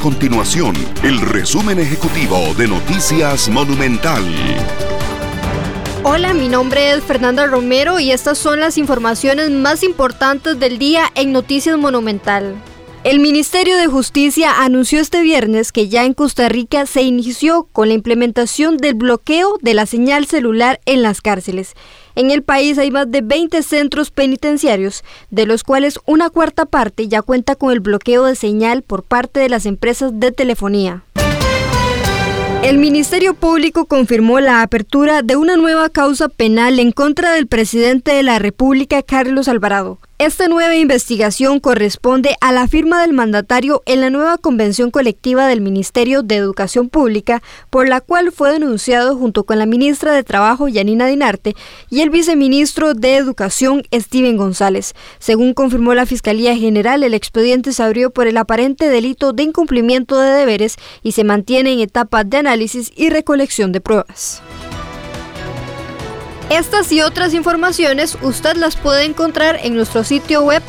continuación el resumen ejecutivo de Noticias Monumental. Hola, mi nombre es Fernanda Romero y estas son las informaciones más importantes del día en Noticias Monumental. El Ministerio de Justicia anunció este viernes que ya en Costa Rica se inició con la implementación del bloqueo de la señal celular en las cárceles. En el país hay más de 20 centros penitenciarios, de los cuales una cuarta parte ya cuenta con el bloqueo de señal por parte de las empresas de telefonía. El Ministerio Público confirmó la apertura de una nueva causa penal en contra del presidente de la República, Carlos Alvarado. Esta nueva investigación corresponde a la firma del mandatario en la nueva convención colectiva del Ministerio de Educación Pública, por la cual fue denunciado junto con la ministra de Trabajo, Yanina Dinarte, y el viceministro de Educación, Steven González. Según confirmó la Fiscalía General, el expediente se abrió por el aparente delito de incumplimiento de deberes y se mantiene en etapa de análisis y recolección de pruebas. Estas y otras informaciones usted las puede encontrar en nuestro sitio web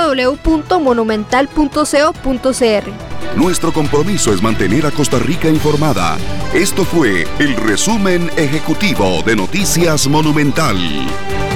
www.monumental.co.cr. Nuestro compromiso es mantener a Costa Rica informada. Esto fue el resumen ejecutivo de Noticias Monumental.